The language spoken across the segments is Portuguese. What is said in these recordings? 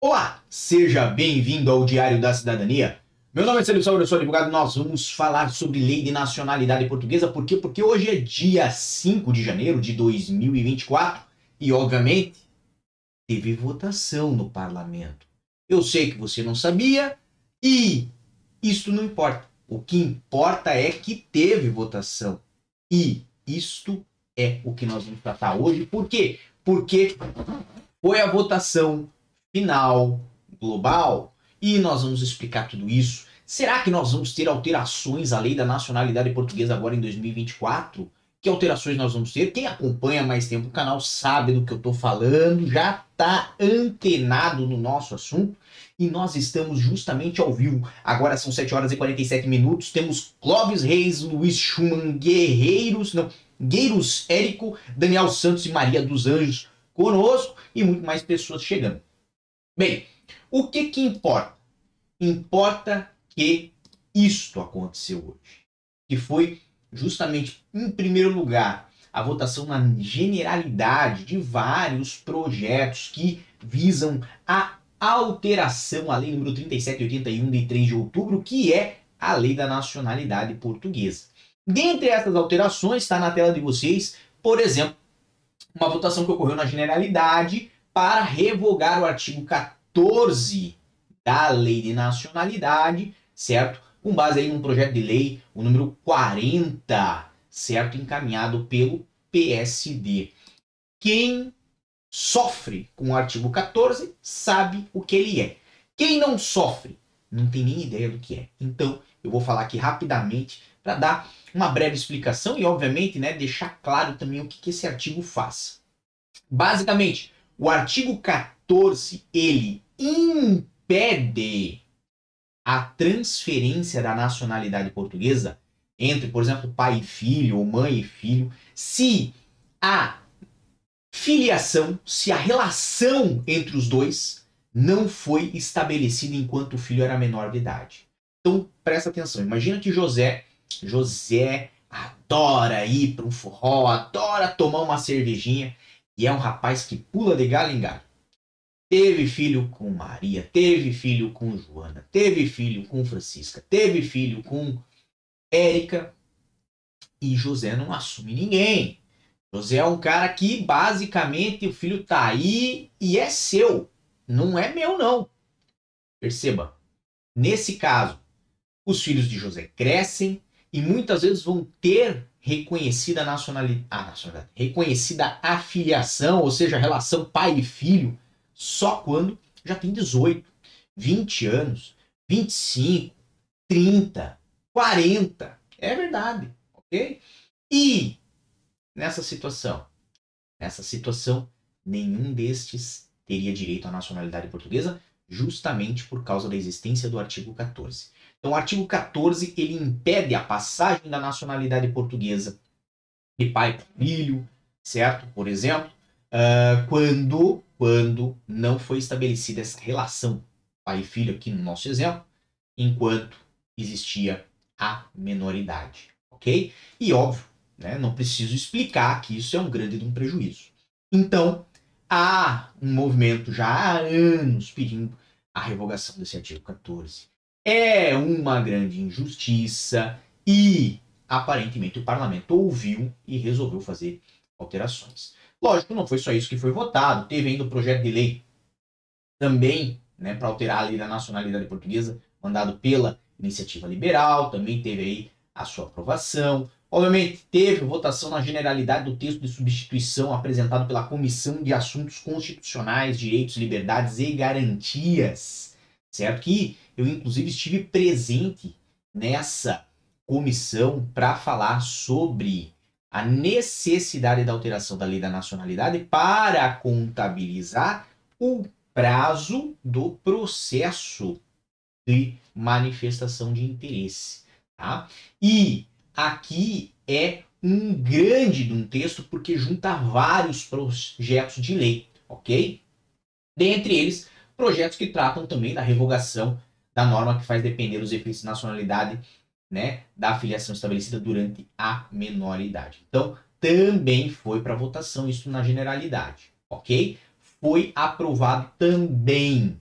Olá, seja bem-vindo ao Diário da Cidadania. Meu nome é Célio Sauer, eu sou advogado. Nós vamos falar sobre lei de nacionalidade portuguesa. Por quê? Porque hoje é dia 5 de janeiro de 2024 e, obviamente, teve votação no parlamento. Eu sei que você não sabia e isto não importa. O que importa é que teve votação. E isto é o que nós vamos tratar hoje. Por quê? Porque foi a votação final, global, e nós vamos explicar tudo isso. Será que nós vamos ter alterações à lei da nacionalidade portuguesa agora em 2024? Que alterações nós vamos ter? Quem acompanha mais tempo o canal sabe do que eu estou falando, já está antenado no nosso assunto e nós estamos justamente ao vivo. Agora são 7 horas e 47 minutos. Temos Clóvis Reis, Luiz Schumann, Gueiros Érico, Daniel Santos e Maria dos Anjos conosco e muito mais pessoas chegando. Bem, o que importa? Importa que isto aconteceu hoje, que foi justamente, em primeiro lugar, a votação na generalidade de vários projetos que visam a alteração à lei número 3781 de 3 de outubro, que é a lei da nacionalidade portuguesa. Dentre essas alterações, está na tela de vocês, por exemplo, uma votação que ocorreu na generalidade para revogar o artigo 14 da Lei de Nacionalidade, certo? Com base aí num projeto de lei, o número 40, certo? Encaminhado pelo PSD. Quem sofre com o artigo 14 sabe o que ele é. Quem não sofre não tem nem ideia do que é. Então, eu vou falar aqui rapidamente para dar uma breve explicação e, obviamente, né, deixar claro também o que esse artigo faz. Basicamente, o artigo 14, ele impede a transferência da nacionalidade portuguesa entre, por exemplo, pai e filho, ou mãe e filho, se a filiação, se a relação entre os dois não foi estabelecida enquanto o filho era menor de idade. Então, presta atenção. Imagina que José adora ir para um forró, adora tomar uma cervejinha, e é um rapaz que pula de galho em galho. Teve filho com Maria, teve filho com Joana, teve filho com Francisca, teve filho com Érica, e José não assume ninguém. José é um cara que basicamente o filho tá aí e é seu, não é meu não. Perceba, nesse caso, os filhos de José crescem e muitas vezes vão ter reconhecida a nacionalidade, reconhecida a filiação, ou seja, a relação pai e filho, só quando já tem 18, 20 anos, 25, 30, 40. É verdade, ok? E nessa situação, nenhum destes teria direito à nacionalidade portuguesa, justamente por causa da existência do artigo 14. Então, o artigo 14, ele impede a passagem da nacionalidade portuguesa de pai para filho, certo? Por exemplo, quando não foi estabelecida essa relação pai e filho, aqui no nosso exemplo, enquanto existia a menoridade, ok? E óbvio, né, não preciso explicar que isso é um grande prejuízo. Então, há um movimento já há anos pedindo a revogação desse artigo 14. É uma grande injustiça e, aparentemente, o parlamento ouviu e resolveu fazer alterações. Lógico, não foi só isso que foi votado. Teve ainda o projeto de lei também, né, para alterar a lei da nacionalidade portuguesa, mandado pela Iniciativa Liberal, também teve aí a sua aprovação. Obviamente, teve votação na generalidade do texto de substituição apresentado pela Comissão de Assuntos Constitucionais, Direitos, Liberdades e Garantias, certo? Que eu, inclusive, estive presente nessa comissão para falar sobre a necessidade da alteração da lei da nacionalidade para contabilizar o prazo do processo de manifestação de interesse, tá? E aqui é um grande texto porque junta vários projetos de lei, ok? Dentre eles, projetos que tratam também da revogação da norma que faz depender os efeitos de nacionalidade, né, da filiação estabelecida durante a menoridade. Então, também foi para votação isso na generalidade, ok? Foi aprovado também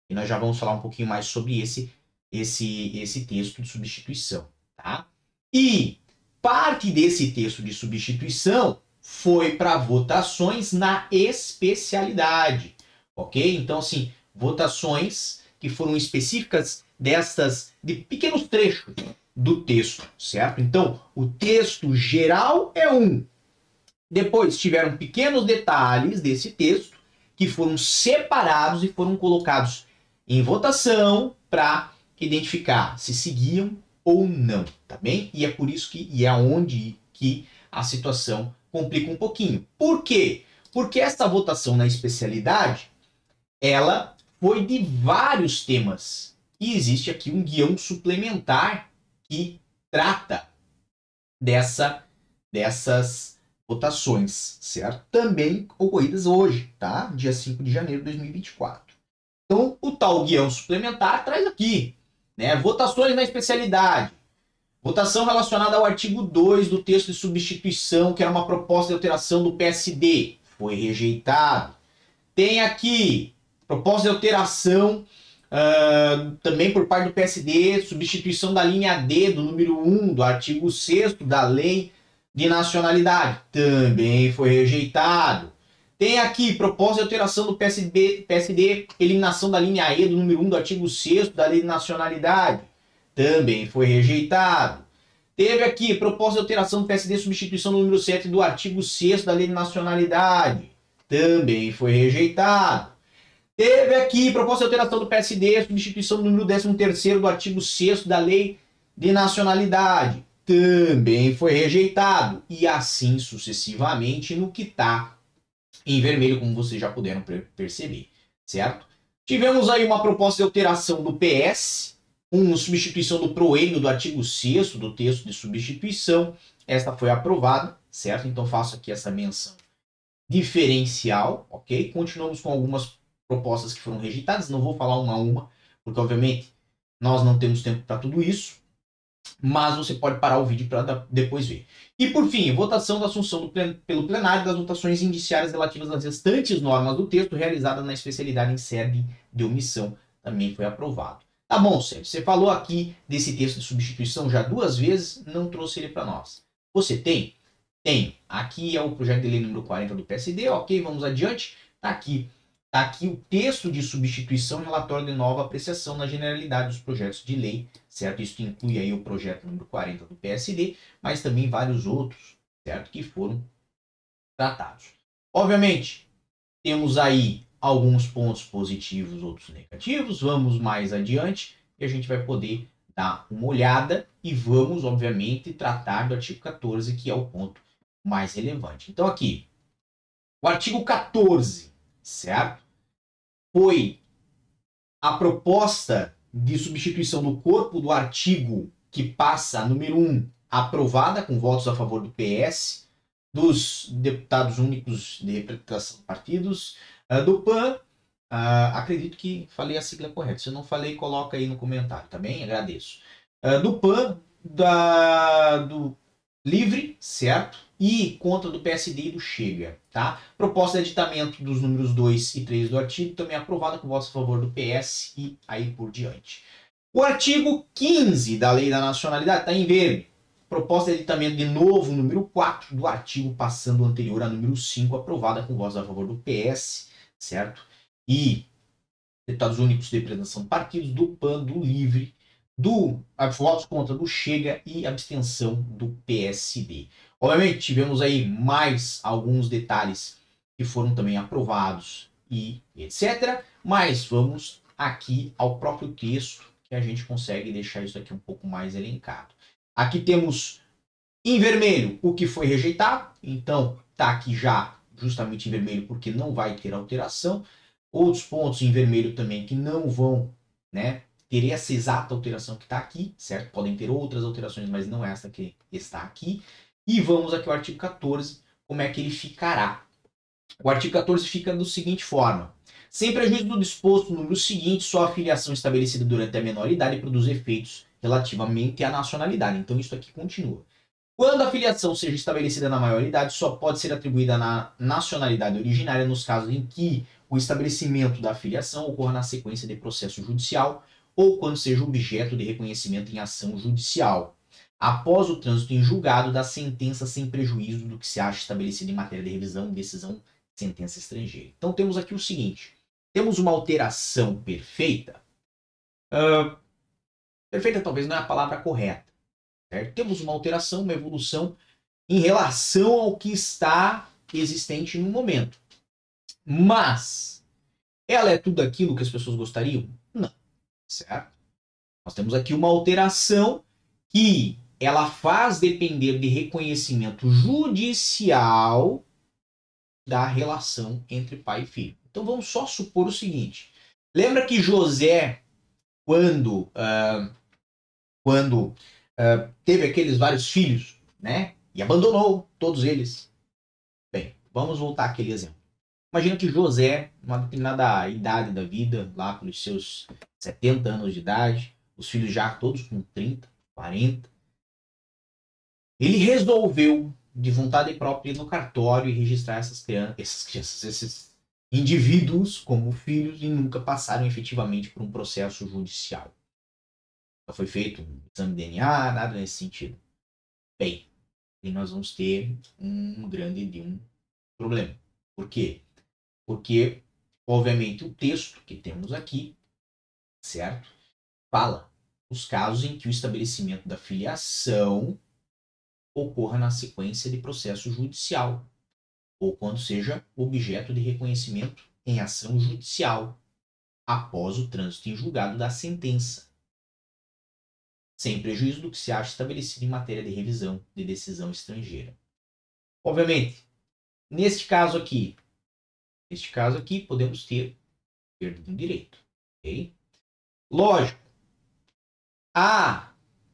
E nós já vamos falar um pouquinho mais sobre esse texto de substituição, tá? E parte desse texto de substituição foi para votações na especialidade, ok? Então, assim, votações que foram específicas de pequenos trechos do texto, certo? Então, o texto geral é um. Depois tiveram pequenos detalhes desse texto que foram separados e foram colocados em votação para identificar se seguiam ou não, tá bem? E é por isso e é onde que a situação complica um pouquinho. Por quê? Porque essa votação na especialidade, ela foi de vários temas. E existe aqui um guião suplementar que trata dessas votações, certo? Também ocorridas hoje, tá? Dia 5 de janeiro de 2024. Então, o tal guião suplementar traz aqui, né? Votações na especialidade. Votação relacionada ao artigo 2 do texto de substituição, que era uma proposta de alteração do PSD. Foi rejeitado. Tem aqui proposta de alteração também por parte do PSD, substituição da linha D do número 1 do artigo 6º da lei de nacionalidade. Também foi rejeitado. Tem aqui proposta de alteração do PSD, eliminação da linha E do número 1 do artigo 6º da lei de nacionalidade. Também foi rejeitado. Teve aqui proposta de alteração do PSD, substituição do número 7 do artigo 6º da lei de nacionalidade. Também foi rejeitado. Teve aqui proposta de alteração do PSD, substituição do número 13º do artigo 6º da lei de nacionalidade. Também foi rejeitado. E assim sucessivamente no que está em vermelho, como vocês já puderam perceber, certo? Tivemos aí uma proposta de alteração do PS, uma substituição do proêmio do artigo 6º do texto de substituição. Esta foi aprovada, certo? Então faço aqui essa menção diferencial, ok? Continuamos com algumas propostas que foram rejeitadas, não vou falar uma a uma, porque obviamente nós não temos tempo para tudo isso, mas você pode parar o vídeo para depois ver. E por fim, votação da assunção pelo plenário das votações indiciárias relativas às restantes normas do texto realizadas na especialidade em sede de omissão, também foi aprovado. Tá bom, Sérgio, você falou aqui desse texto de substituição já 2 vezes, não trouxe ele para nós. Você tem? Tem. Aqui é o projeto de lei número 40 do PSD, ok, vamos adiante. Tá aqui o texto de substituição e relatório de nova apreciação na generalidade dos projetos de lei, certo? Isso inclui aí o projeto número 40 do PSD, mas também vários outros, certo? Que foram tratados. Obviamente, temos aí alguns pontos positivos, outros negativos. Vamos mais adiante e a gente vai poder dar uma olhada e vamos, obviamente, tratar do artigo 14, que é o ponto mais relevante. Então, aqui, o artigo 14, certo? Foi a proposta de substituição do corpo do artigo que passa a número 1, aprovada com votos a favor do PS, dos deputados únicos de representação de partidos, do PAN, acredito que falei a sigla correta. Se eu não falei, coloca aí no comentário, tá bem? Agradeço. Do PAN, do Livre, certo? E contra do PSD e do Chega, tá? Proposta de aditamento dos números 2 e 3 do artigo, também aprovada com votos a favor do PS e aí por diante. O artigo 15 da Lei da Nacionalidade está em verde. Proposta de aditamento de novo número 4 do artigo, passando o anterior a número 5, aprovada com votos a favor do PS, certo? E deputados únicos de representação de partidos, do PAN, do Livre, votos contra do Chega e abstenção do PSD. Obviamente, tivemos aí mais alguns detalhes que foram também aprovados e etc. Mas vamos aqui ao próprio texto, que a gente consegue deixar isso aqui um pouco mais elencado. Aqui temos em vermelho o que foi rejeitado, então está aqui já justamente em vermelho porque não vai ter alteração. Outros pontos em vermelho também que não vão, né, ter essa exata alteração que está aqui, certo? Podem ter outras alterações, mas não essa que está aqui. E vamos aqui ao artigo 14, como é que ele ficará. O artigo 14 fica da seguinte forma. Sem prejuízo do disposto no número seguinte, só a filiação estabelecida durante a menoridade produz efeitos relativamente à nacionalidade. Então isso aqui continua. Quando a filiação seja estabelecida na maioridade, só pode ser atribuída na nacionalidade originária nos casos em que o estabelecimento da filiação ocorra na sequência de processo judicial ou quando seja objeto de reconhecimento em ação judicial, após o trânsito em julgado da sentença sem prejuízo do que se acha estabelecido em matéria de revisão, decisão, sentença estrangeira. Então temos aqui o seguinte, temos uma alteração perfeita. Perfeita talvez não é a palavra correta. Certo? Temos uma alteração, uma evolução em relação ao que está existente no momento. Mas ela é tudo aquilo que as pessoas gostariam? Não. Certo? Nós temos aqui uma alteração que ela faz depender de reconhecimento judicial da relação entre pai e filho. Então vamos só supor o seguinte. Lembra que José, quando teve aqueles vários filhos, né? E abandonou todos eles. Bem, vamos voltar àquele exemplo. Imagina que José, numa determinada idade da vida, lá pelos seus 70 anos de idade, os filhos já todos com 30, 40, ele resolveu, de vontade própria, ir no cartório e registrar esses indivíduos como filhos e nunca passaram efetivamente por um processo judicial. Não foi feito um exame de DNA, nada nesse sentido. Bem, e nós vamos ter um grande problema. Por quê? Porque, obviamente, o texto que temos aqui, certo? Fala os casos em que o estabelecimento da filiação ocorra na sequência de processo judicial, ou quando seja objeto de reconhecimento em ação judicial, após o trânsito em julgado da sentença, sem prejuízo do que se acha estabelecido em matéria de revisão de decisão estrangeira. Obviamente, neste caso aqui, podemos ter perda de um direito. Okay? Lógico, há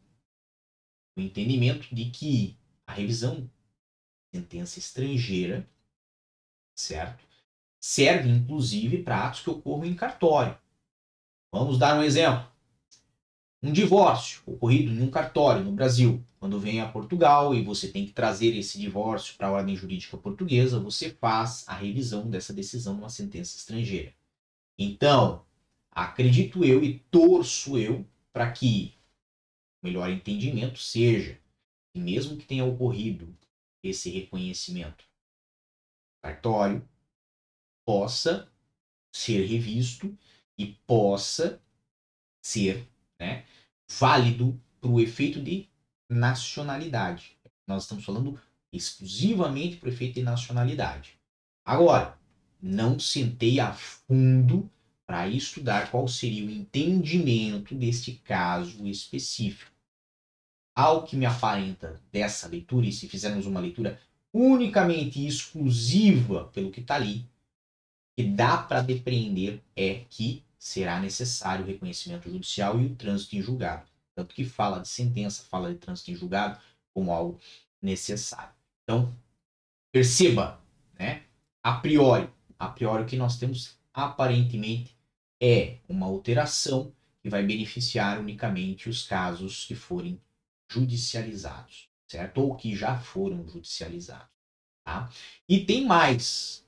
o entendimento de que a revisão de sentença estrangeira, certo? Serve, inclusive, para atos que ocorram em cartório. Vamos dar um exemplo. Um divórcio ocorrido em um cartório no Brasil. Quando vem a Portugal e você tem que trazer esse divórcio para a ordem jurídica portuguesa, você faz a revisão dessa decisão numa sentença estrangeira. Então, acredito eu e torço eu para que o melhor entendimento seja que mesmo que tenha ocorrido esse reconhecimento cartório, possa ser revisto e possa ser, né, válido para o efeito de nacionalidade. Nós estamos falando exclusivamente para o efeito de nacionalidade. Agora, não sentei a fundo para estudar qual seria o entendimento deste caso específico. Ao que me aparenta dessa leitura, e se fizermos uma leitura unicamente exclusiva pelo que está ali, que dá para depreender é que será necessário o reconhecimento judicial e o trânsito em julgado. Tanto que fala de sentença, fala de trânsito em julgado como algo necessário. Então, perceba, né? A priori o que nós temos aparentemente é uma alteração que vai beneficiar unicamente os casos que forem judicializados, certo? Ou que já foram judicializados, tá? E tem mais.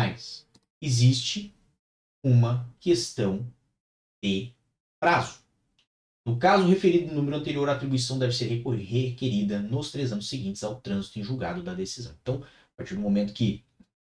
Existe uma questão de prazo. No caso referido no número anterior, a atribuição deve ser requerida nos 3 anos seguintes ao trânsito em julgado da decisão. Então, a partir do momento que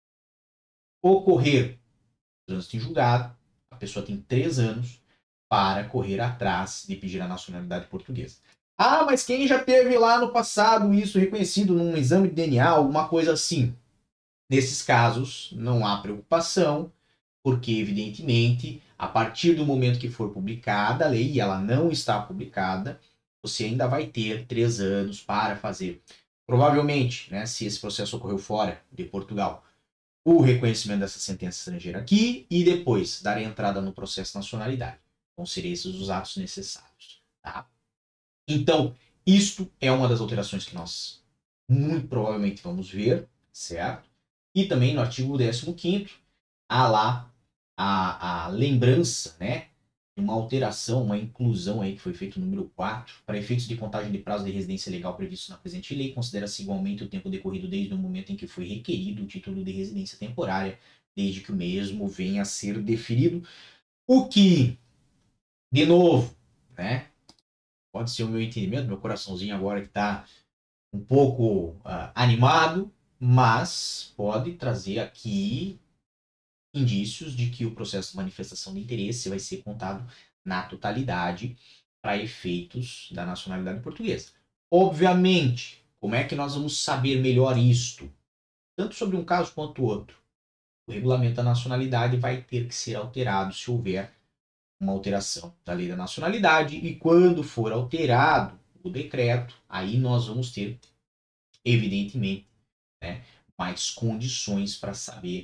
ocorrer trânsito em julgado, a pessoa tem 3 anos para correr atrás de pedir a nacionalidade portuguesa. Ah, mas quem já teve lá no passado isso reconhecido num exame de DNA, alguma coisa assim? Nesses casos, não há preocupação, porque, evidentemente, a partir do momento que for publicada a lei, e ela não está publicada, você ainda vai ter 3 anos para fazer. Provavelmente, né, se esse processo ocorreu fora de Portugal, o reconhecimento dessa sentença estrangeira aqui e depois dar entrada no processo de nacionalidade. Então, seriam esses os atos necessários. Tá? Então, isto é uma das alterações que nós muito provavelmente vamos ver, certo? E também no artigo 15º, há lá a lembrança, né, de uma alteração, uma inclusão aí que foi feito no número 4, para efeitos de contagem de prazo de residência legal previsto na presente lei, considera-se igualmente o tempo decorrido desde o momento em que foi requerido o título de residência temporária desde que o mesmo venha a ser deferido. O que, de novo, né, pode ser o meu entendimento, meu coraçãozinho agora que está um pouco animado, mas pode trazer aqui indícios de que o processo de manifestação de interesse vai ser contado na totalidade para efeitos da nacionalidade portuguesa. Obviamente, como é que nós vamos saber melhor isto? Tanto sobre um caso quanto o outro. O regulamento da nacionalidade vai ter que ser alterado se houver uma alteração da lei da nacionalidade, e quando for alterado o decreto, aí nós vamos ter, evidentemente, né, mais condições para saber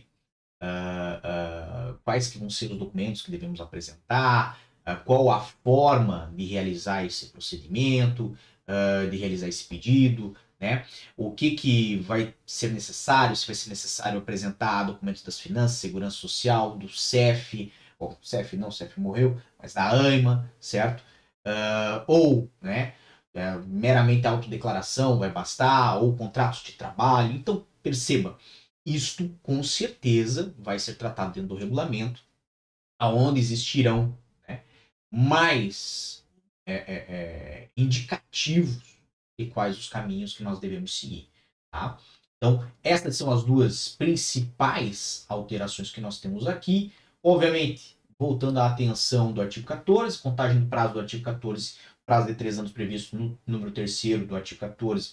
quais que vão ser os documentos que devemos apresentar, qual a forma de realizar esse procedimento, de realizar esse pedido, né? O que vai ser necessário, se vai ser necessário apresentar documentos das finanças, segurança social, do CEF, ou CEF não, CEF morreu, mas da AIMA, certo? Ou, né, meramente a autodeclaração vai bastar, ou contratos de trabalho. Então, perceba, isto com certeza vai ser tratado dentro do regulamento, aonde existirão, né, mais indicativos de quais os caminhos que nós devemos seguir. Tá? Então, essas são as duas principais alterações que nós temos aqui. Obviamente, voltando à atenção do artigo 14, contagem do prazo do artigo 14, prazo de 3 anos previsto no número 3º do artigo 14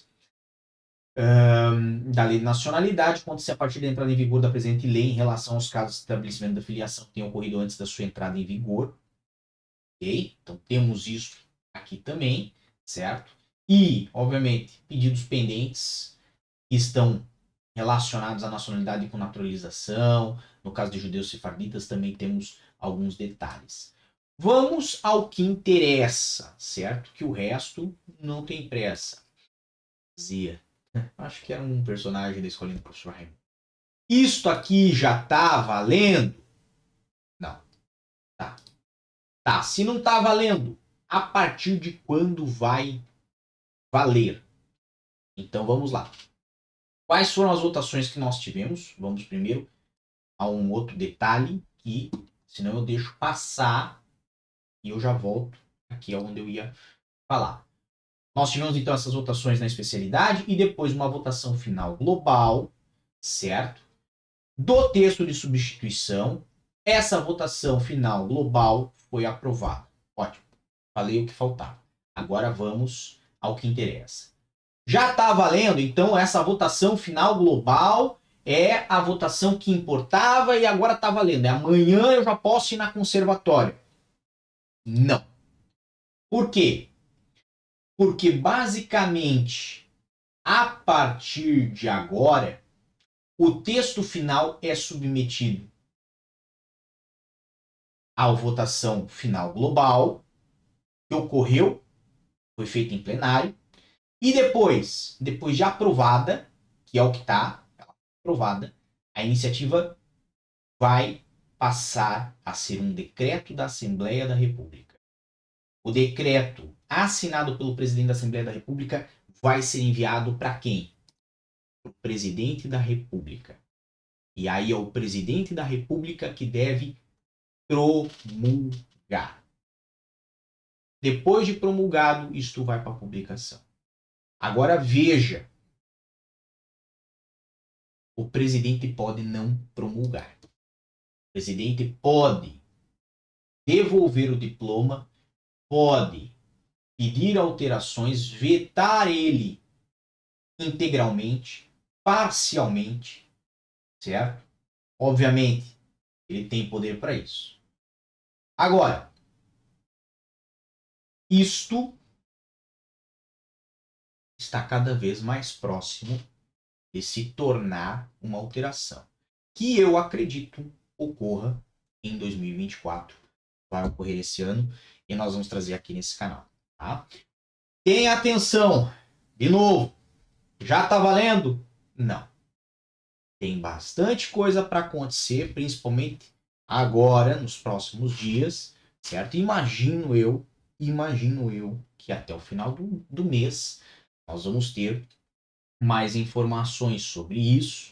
da Lei de Nacionalidade, conta-se a partir da entrada em vigor da presente lei em relação aos casos de estabelecimento da filiação que tenham ocorrido antes da sua entrada em vigor. Ok? Então temos isso aqui também, certo? E, obviamente, pedidos pendentes que estão relacionados à nacionalidade com naturalização. No caso de judeus sefarditas também temos alguns detalhes. Vamos ao que interessa, certo? Que o resto não tem pressa. Zia. Acho que era um personagem da escolinha do professor Raimundo. Isto aqui já tá valendo? Não. Tá. Tá. Se não tá valendo, a partir de quando vai valer? Então vamos lá. Quais foram as votações que nós tivemos? Vamos primeiro a um outro detalhe que, senão eu deixo passar e eu já volto aqui aonde eu ia falar. Nós tivemos então essas votações na especialidade e depois uma votação final global, certo? Do texto de substituição. Essa votação final global foi aprovada. Ótimo. Falei o que faltava. Agora vamos ao que interessa. Já está valendo, então, essa votação final global é a votação que importava e agora está valendo. É amanhã eu já posso ir na conservatória. Não. Por quê? Porque, basicamente, a partir de agora, o texto final é submetido à votação final global, que ocorreu, foi feita em plenário, e depois de aprovada, que é o que está aprovada, a iniciativa vai passar a ser um decreto da Assembleia da República. O decreto assinado pelo presidente da Assembleia da República vai ser enviado para quem? Para o presidente da República. E aí é o presidente da República que deve promulgar. Depois de promulgado, isto vai para a publicação. Agora veja, o presidente pode não promulgar. O presidente pode devolver o diploma, pode pedir alterações, vetar ele integralmente, parcialmente, certo? Obviamente, ele tem poder para isso. Agora, isto está cada vez mais próximo de se tornar uma alteração, que eu acredito ocorra em 2024, vai ocorrer esse ano, e nós vamos trazer aqui nesse canal. Tá? Tenha atenção, de novo, já está valendo? Não. Tem bastante coisa para acontecer, principalmente agora, nos próximos dias, certo? Imagino eu que até o final do mês nós vamos ter mais informações sobre isso,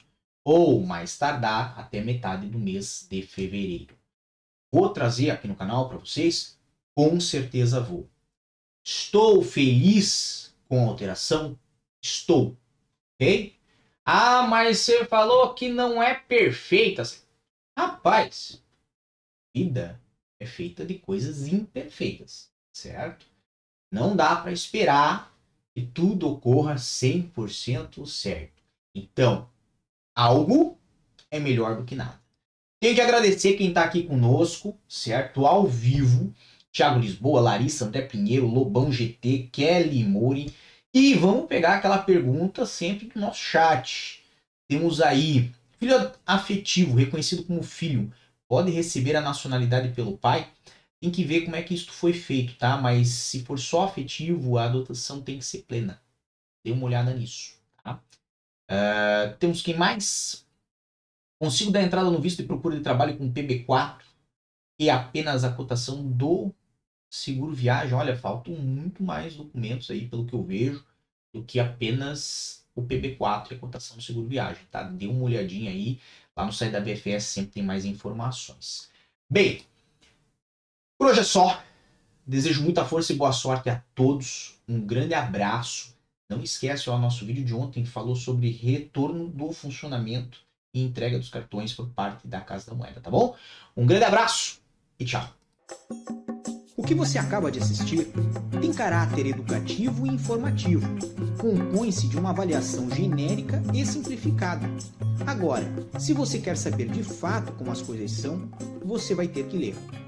ou mais tardar até metade do mês de fevereiro. Vou trazer aqui no canal para vocês? Com certeza vou. Estou feliz com a alteração? Estou. Ok? Ah, mas você falou que não é perfeita. Rapaz, vida é feita de coisas imperfeitas, certo? Não dá para esperar que tudo ocorra 100% certo. Então, algo é melhor do que nada. Tenho que agradecer quem está aqui conosco, certo? Ao vivo. Thiago Lisboa, Larissa, André Pinheiro, Lobão GT, Kelly Mori. E vamos pegar aquela pergunta sempre do nosso chat. Temos aí, filho afetivo, reconhecido como filho, pode receber a nacionalidade pelo pai? Tem que ver como é que isso foi feito, tá? Mas se for só afetivo, a adoção tem que ser plena. Dê uma olhada nisso, tá? Temos quem mais? Consigo dar entrada no visto de procura de trabalho com PB4 e apenas a cotação do seguro viagem? Olha, faltam muito mais documentos aí, pelo que eu vejo, do que apenas o PB4 e a cotação do seguro viagem, tá? Dê uma olhadinha aí, lá no site da BFS sempre tem mais informações. Bem, por hoje é só. Desejo muita força e boa sorte a todos. Um grande abraço. Não esquece, ó, nosso vídeo de ontem falou sobre retorno do funcionamento e entrega dos cartões por parte da Casa da Moeda, tá bom? Um grande abraço e tchau. O que você acaba de assistir tem caráter educativo e informativo. Compõe-se de uma avaliação genérica e simplificada. Agora, se você quer saber de fato como as coisas são, você vai ter que ler.